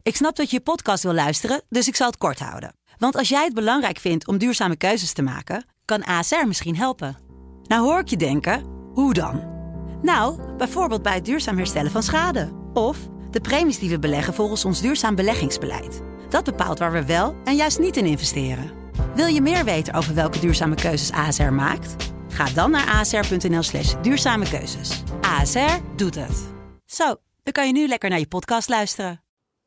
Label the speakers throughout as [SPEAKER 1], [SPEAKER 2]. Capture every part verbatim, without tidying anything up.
[SPEAKER 1] Ik snap dat je je podcast wil luisteren, dus ik zal het kort houden. Want als jij het belangrijk vindt om duurzame keuzes te maken, kan A S R misschien helpen. Nou hoor ik je denken, hoe dan? Nou, bijvoorbeeld bij het duurzaam herstellen van schade. Of de premies die we beleggen volgens ons duurzaam beleggingsbeleid. Dat bepaalt waar we wel en juist niet in investeren. Wil je meer weten over welke duurzame keuzes A S R maakt? Ga dan naar asr.nl slash duurzame keuzes. A S R doet het. Zo, dan kan je nu lekker naar je podcast luisteren.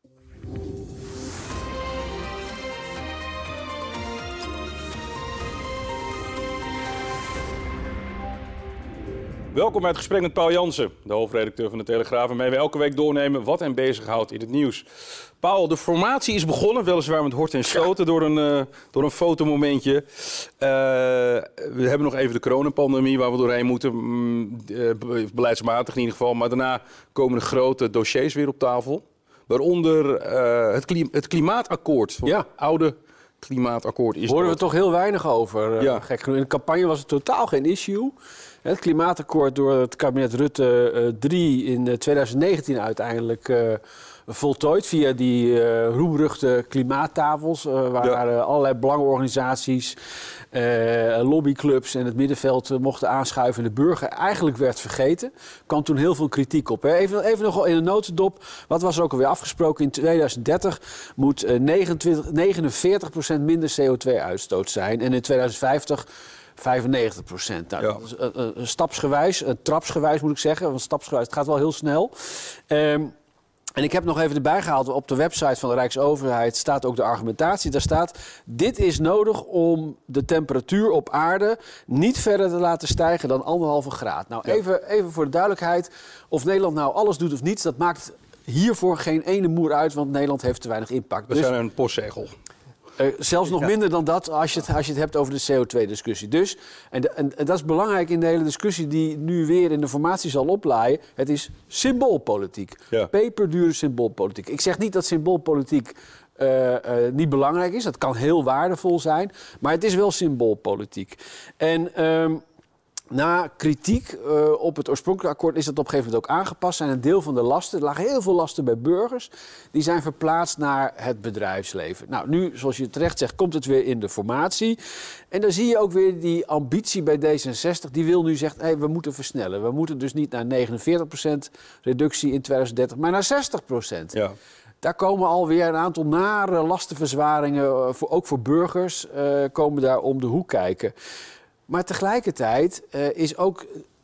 [SPEAKER 2] Welkom bij het gesprek met Paul Jansen, de hoofdredacteur van de Telegraaf, waarmee we elke week doornemen wat hem bezighoudt in het nieuws. Paul, de formatie is begonnen, weliswaar met hort en stoten, door een, uh, door een fotomomentje. Uh, we hebben nog even de coronapandemie waar we doorheen moeten, uh, beleidsmatig in ieder geval. Maar daarna komen de grote dossiers weer op tafel. Waaronder uh, het, klim- het klimaatakkoord,
[SPEAKER 3] Ja.
[SPEAKER 2] Het oude klimaatakkoord is
[SPEAKER 3] Hoorden we
[SPEAKER 2] dood.
[SPEAKER 3] toch heel weinig over. Uh,
[SPEAKER 2] Ja.
[SPEAKER 3] Gek genoeg. In de campagne was het totaal geen issue. Het klimaatakkoord door het kabinet Rutte drie uh, in uh, twintig negentien uiteindelijk uh, voltooid. Via die uh, roemruchte klimaattafels. Uh, waar
[SPEAKER 2] Ja.
[SPEAKER 3] uh, allerlei belangenorganisaties, uh, lobbyclubs en het middenveld uh, mochten aanschuiven. En de burger eigenlijk werd vergeten. Er kwam toen heel veel kritiek op. Hè. Even, even nog in een notendop. Wat was er ook alweer afgesproken? In twintig dertig moet uh, negenentwintig, negenenveertig procent minder C O twee uitstoot zijn. En in twintig vijftig... vijfennegentig procent. Nou,
[SPEAKER 2] Ja.
[SPEAKER 3] dat is, uh, uh, stapsgewijs, uh, trapsgewijs moet ik zeggen. Want stapsgewijs, het gaat wel heel snel. Um, en ik heb nog even erbij gehaald, op de website van de Rijksoverheid staat ook de argumentatie. Daar staat, dit is nodig om de temperatuur op aarde niet verder te laten stijgen dan anderhalve graad. Nou,
[SPEAKER 2] Ja.
[SPEAKER 3] even, even voor de duidelijkheid, of Nederland nou alles doet of niets, dat maakt hiervoor geen ene moer uit, want Nederland heeft te weinig impact.
[SPEAKER 2] We
[SPEAKER 3] Dus,
[SPEAKER 2] zijn een postzegel.
[SPEAKER 3] Uh, zelfs nog
[SPEAKER 2] Ja.
[SPEAKER 3] minder dan dat als je, het, als je het hebt over de C O twee discussie. Dus, en, de, en, en dat is belangrijk in de hele discussie die nu weer in de formatie zal oplaaien. Het is symboolpolitiek.
[SPEAKER 2] Ja.
[SPEAKER 3] Peperdure symboolpolitiek. Ik zeg niet dat symboolpolitiek uh, uh, niet belangrijk is. Dat kan heel waardevol zijn. Maar het is wel symboolpolitiek. En... Um, Na kritiek uh, op het oorspronkelijke akkoord is dat op een gegeven moment ook aangepast. Zijn een deel van de lasten, er lagen heel veel lasten bij burgers, die zijn verplaatst naar het bedrijfsleven. Nou, nu, zoals je terecht zegt, komt het weer in de formatie. En dan zie je ook weer die ambitie bij D zesenzestig. Die wil nu zeggen, hey, we moeten versnellen. We moeten dus niet naar negenenveertig procent reductie in twintig dertig, maar naar zestig procent.
[SPEAKER 2] Ja.
[SPEAKER 3] Daar komen alweer een aantal nare lastenverzwaringen, voor, ook voor burgers, uh, komen daar om de hoek kijken. Maar tegelijkertijd uh, is ook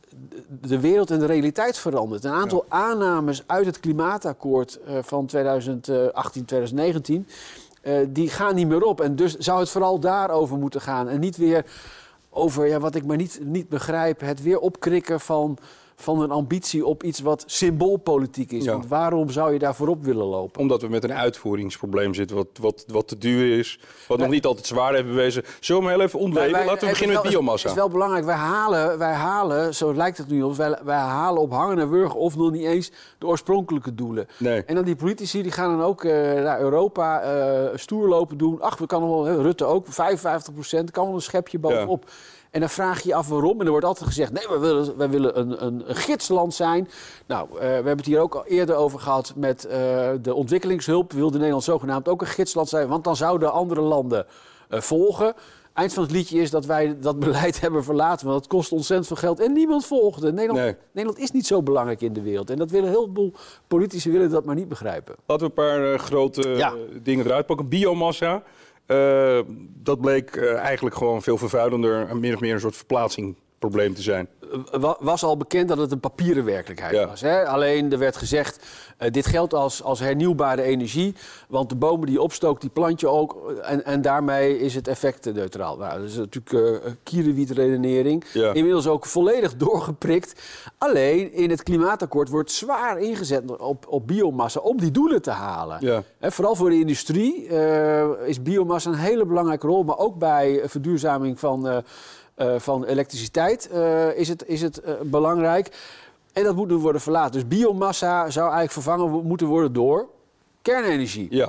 [SPEAKER 3] de wereld en de realiteit veranderd. Een aantal ja. aannames uit het klimaatakkoord uh, van twintig achttien twintig negentien... Uh, die gaan niet meer op. En dus zou het vooral daarover moeten gaan. En niet weer over, ja, wat ik maar niet, niet begrijp, het weer opkrikken van... van een ambitie op iets wat symboolpolitiek is.
[SPEAKER 2] Ja.
[SPEAKER 3] Want waarom zou je daar voorop willen lopen?
[SPEAKER 2] Omdat we met een uitvoeringsprobleem zitten wat, wat, wat te duur is. Wat
[SPEAKER 3] wij,
[SPEAKER 2] nog niet altijd zwaar heeft bewezen. Zullen we hem heel even ontweken?
[SPEAKER 3] wij,
[SPEAKER 2] Laten we beginnen met biomassa.
[SPEAKER 3] Het is wel belangrijk. Wij halen, wij halen zo lijkt het nu ons, wij, wij halen op hangen en wurgen of nog niet eens de oorspronkelijke doelen.
[SPEAKER 2] Nee.
[SPEAKER 3] En dan die politici die gaan dan ook uh, naar Europa uh, stoer lopen doen. Ach, we kan nog wel, Rutte ook, vijfenvijftig procent, kan wel een schepje bovenop. Ja. En dan vraag je je af waarom. En er wordt altijd gezegd, nee, wij willen, wij willen een, een, een gidsland zijn. Nou, uh, we hebben het hier ook al eerder over gehad met uh, de ontwikkelingshulp. Wilde Nederland zogenaamd ook een gidsland zijn, want dan zouden andere landen uh, volgen. Eind van het liedje is dat wij dat beleid hebben verlaten, want het kost ontzettend veel geld. En niemand volgde. Nederland,
[SPEAKER 2] nee.
[SPEAKER 3] Nederland is niet zo belangrijk in de wereld. En dat willen heel veel politici willen dat maar niet begrijpen.
[SPEAKER 2] Laten we een paar uh, grote
[SPEAKER 3] ja.
[SPEAKER 2] uh, dingen eruit pakken. Biomassa. Uh, dat bleek uh, eigenlijk gewoon veel vervuilender en min of meer een soort verplaatsingprobleem te zijn.
[SPEAKER 3] Was al bekend dat het een papieren werkelijkheid
[SPEAKER 2] ja.
[SPEAKER 3] was. Hè? Alleen er werd gezegd, uh, dit geldt als, als hernieuwbare energie. Want de bomen die je opstookt, die plant je ook. En, en daarmee is het effectneutraal. Nou, dat is natuurlijk uh, kierenwietredenering. Ja. Inmiddels ook volledig doorgeprikt. Alleen in het klimaatakkoord wordt zwaar ingezet op, op biomassa om die doelen te halen.
[SPEAKER 2] Ja.
[SPEAKER 3] Hè, vooral voor de industrie uh, is biomassa een hele belangrijke rol. Maar ook bij verduurzaming van... Uh, Uh, van elektriciteit uh, is het, is het uh, belangrijk. En dat moet nu worden verlaten. Dus biomassa zou eigenlijk vervangen moeten worden door kernenergie.
[SPEAKER 2] Ja.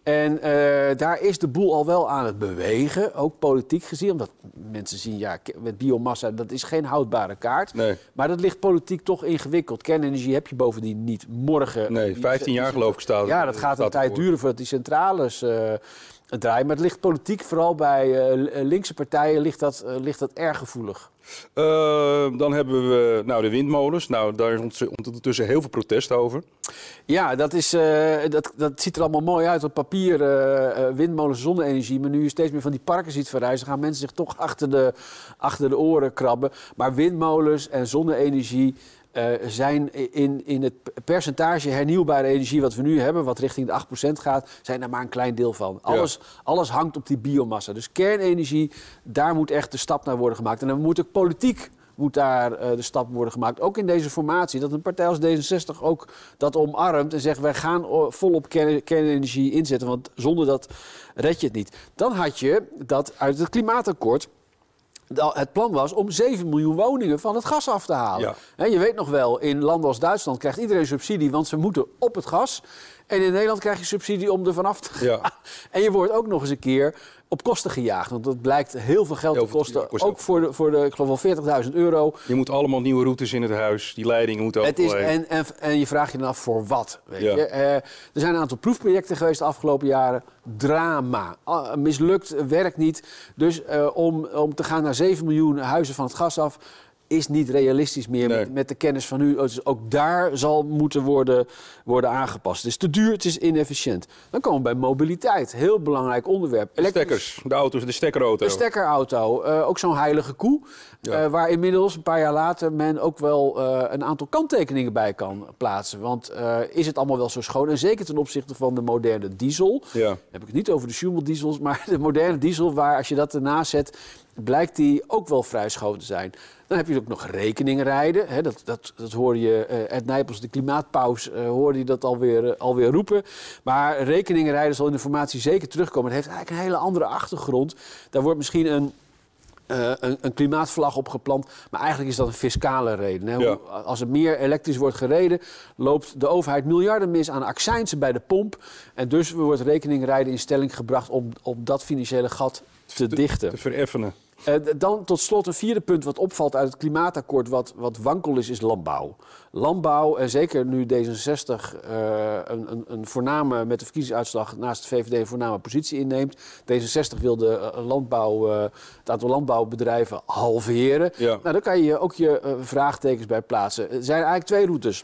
[SPEAKER 3] En uh, daar is de boel al wel aan het bewegen, ook politiek gezien. Omdat mensen zien, ja, met biomassa, dat is geen houdbare kaart.
[SPEAKER 2] Nee.
[SPEAKER 3] Maar dat ligt politiek toch ingewikkeld. Kernenergie heb je bovendien niet morgen.
[SPEAKER 2] Nee, vijftien jaar geloof ik staat.
[SPEAKER 3] Ja, dat gaat een tijd duren voordat die centrales uh, draaien. Maar het ligt politiek, vooral bij uh, linkse partijen, ligt dat, uh, ligt dat erg gevoelig.
[SPEAKER 2] Uh, dan hebben we nou, de windmolens. Nou, daar is ondertussen heel veel protest over.
[SPEAKER 3] Ja, dat, is, uh, dat, dat ziet er allemaal mooi uit op papier, uh, uh, windmolens, zonne-energie. Maar nu je steeds meer van die parken ziet verrijzen, gaan mensen zich toch achter de, achter de oren krabben. Maar windmolens en zonne-energie uh, zijn in, in het percentage hernieuwbare energie wat we nu hebben, wat richting de acht procent gaat, zijn daar maar een klein deel van. Alles, ja. alles hangt op die biomassa. Dus kernenergie, daar moet echt de stap naar worden gemaakt. En dan moet ook politiek moet daar uh, de stap worden gemaakt. Ook in deze formatie, dat een partij als D zesenzestig ook dat omarmt en zegt, wij gaan volop kern, kernenergie inzetten, want zonder dat red je het niet. Dan had je dat uit het klimaatakkoord het plan was om zeven miljoen woningen van het gas af te halen. Ja. He, je weet nog wel, in landen als Duitsland krijgt iedereen subsidie, want ze moeten op het gas. En in Nederland krijg je subsidie om er vanaf te gaan. Ja. En je wordt ook nog eens een keer op kosten gejaagd. Want dat blijkt heel veel geld heel te kosten. Kost ook voor de, voor de, ik geloof wel veertigduizend euro.
[SPEAKER 2] Je moet allemaal nieuwe routes in het huis. Die leidingen moeten ook
[SPEAKER 3] het is, en, en, en je vraagt je dan af voor wat. Weet
[SPEAKER 2] ja.
[SPEAKER 3] je? Uh, er zijn een aantal proefprojecten geweest de afgelopen jaren. Drama. Uh, mislukt, werkt niet. Dus uh, om, om te gaan naar zeven miljoen huizen van het gas af is niet realistisch meer nee. met, met de kennis van nu. Dus ook daar zal moeten worden, worden aangepast. Het is te duur, het is inefficiënt. Dan komen we bij mobiliteit. Heel belangrijk onderwerp.
[SPEAKER 2] De stekkers, de auto's, de stekkerauto.
[SPEAKER 3] De stekkerauto, uh, ook zo'n heilige koe. Ja. Uh, waar inmiddels, een paar jaar later, men ook wel uh, een aantal kanttekeningen bij kan plaatsen. Want uh, is het allemaal wel zo schoon? En zeker ten opzichte van de moderne diesel. Ja. Dan heb ik het niet over de Schumel-diesels, maar de moderne diesel, waar als je dat ernaast zet, blijkt die ook wel vrij schoon te zijn. Dan heb je ook nog rekeningrijden. Hè, dat, dat, dat hoorde je, uh, Ed Nijpels, de klimaatpaus, uh, hoorde je dat alweer, uh, alweer roepen. Maar rekeningrijden zal in de formatie zeker terugkomen. Het heeft eigenlijk een hele andere achtergrond. Daar wordt misschien een, uh, een, een klimaatvlag op geplant. Maar eigenlijk is dat een fiscale reden. Hè. Ja. Als er meer elektrisch wordt gereden, loopt de overheid miljarden mis aan accijnsen bij de pomp. En dus wordt rekeningrijden in stelling gebracht om, om dat financiële gat te dichten.
[SPEAKER 2] Te vereffenen.
[SPEAKER 3] Uh, dan tot slot een vierde punt wat opvalt uit het klimaatakkoord, wat, wat wankel is, is landbouw. Landbouw, en zeker nu D zesenzestig uh, een, een, een voorname, met de verkiezingsuitslag naast de V V D een voorname positie inneemt. D zesenzestig wil de uh, landbouw, uh, het aantal landbouwbedrijven halveren. Ja. Nou, dan kan je ook je uh, vraagtekens bij plaatsen. Er zijn eigenlijk twee routes.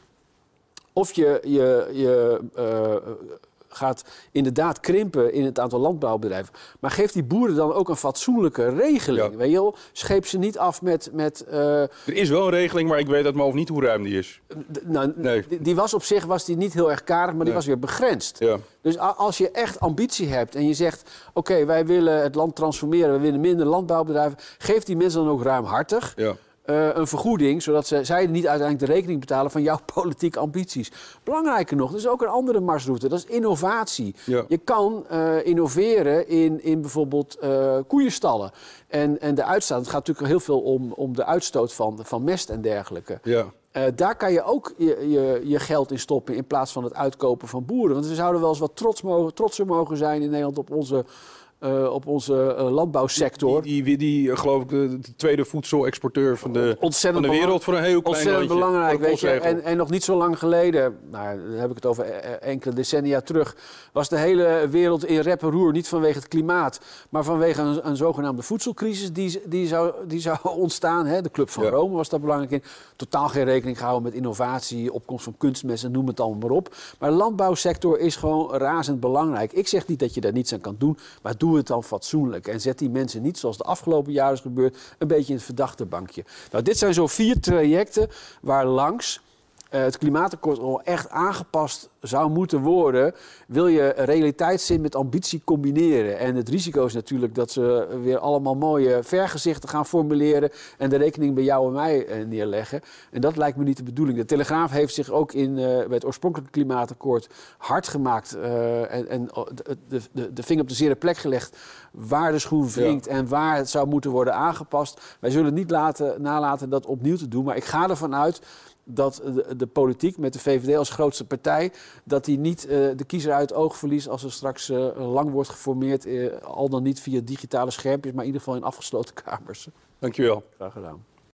[SPEAKER 3] Of je... je, je uh, gaat inderdaad krimpen in het aantal landbouwbedrijven. Maar geef die boeren dan ook een fatsoenlijke regeling. Ja. Weet je wel? Scheep ze niet af met... met uh...
[SPEAKER 2] Er is wel een regeling, maar ik weet uit mijn hoofd niet hoe ruim die is.
[SPEAKER 3] D- nou, nee. die, die was op zich was die niet heel erg karig, maar die nee. was weer begrensd. Ja. Dus als je echt ambitie hebt en je zegt, oké, okay, wij willen het land transformeren, we willen minder landbouwbedrijven, geef die mensen dan ook ruimhartig. Ja. Uh, een vergoeding, zodat ze, zij niet uiteindelijk de rekening betalen van jouw politieke ambities. Belangrijker nog, er is ook een andere marsroute, dat is innovatie. Ja. Je kan uh, innoveren in, in bijvoorbeeld uh, koeienstallen. En, en de uitstoot, het gaat natuurlijk heel veel om, om de uitstoot van, van mest en dergelijke. Ja. Uh, daar kan je ook je, je, je geld in stoppen in plaats van het uitkopen van boeren. Want we zouden wel eens wat trots mogen, trotser mogen zijn in Nederland op onze... Uh, op onze uh, landbouwsector.
[SPEAKER 2] Die, die, die, die geloof ik, de, de tweede voedselexporteur van de, van de wereld voor een heel klein
[SPEAKER 3] Ontzettend
[SPEAKER 2] landje.
[SPEAKER 3] belangrijk, weet je. En, en nog niet zo lang geleden, nou, dan heb ik het over enkele decennia terug, was de hele wereld in rep en roer. Niet vanwege het klimaat, maar vanwege een, een zogenaamde voedselcrisis die, die, zou, die zou ontstaan. Hè. De Club van ja. Rome was daar belangrijk in. Totaal geen rekening gehouden met innovatie, opkomst van kunstmest en noem het allemaal maar op. Maar de landbouwsector is gewoon razend belangrijk. Ik zeg niet dat je daar niets aan kan doen, maar doe het dan fatsoenlijk. En zet die mensen niet, zoals de afgelopen jaren is gebeurd, een beetje in het verdachte bankje. Nou, dit zijn zo vier trajecten waar langs uh, het klimaatakkoord al echt aangepast zou moeten worden. Wil je realiteitszin met ambitie combineren? En het risico is natuurlijk dat ze weer allemaal mooie vergezichten gaan formuleren en de rekening bij jou en mij uh, neerleggen. En dat lijkt me niet de bedoeling. De Telegraaf heeft zich ook in, uh, bij het oorspronkelijke klimaatakkoord hard gemaakt uh, en, en de, de, de, de vinger op de zere plek gelegd waar de schoen wringt ja. en waar het zou moeten worden aangepast. Wij zullen niet laten, nalaten dat opnieuw te doen, maar ik ga ervan uit dat de, de politiek met de V V D als grootste partij dat hij niet uh, de kiezer uit het oog verliest als er straks uh, lang wordt geformeerd. Uh, al dan niet via digitale schermpjes, maar in ieder geval in afgesloten kamers.
[SPEAKER 2] Dankjewel.
[SPEAKER 3] Graag gedaan.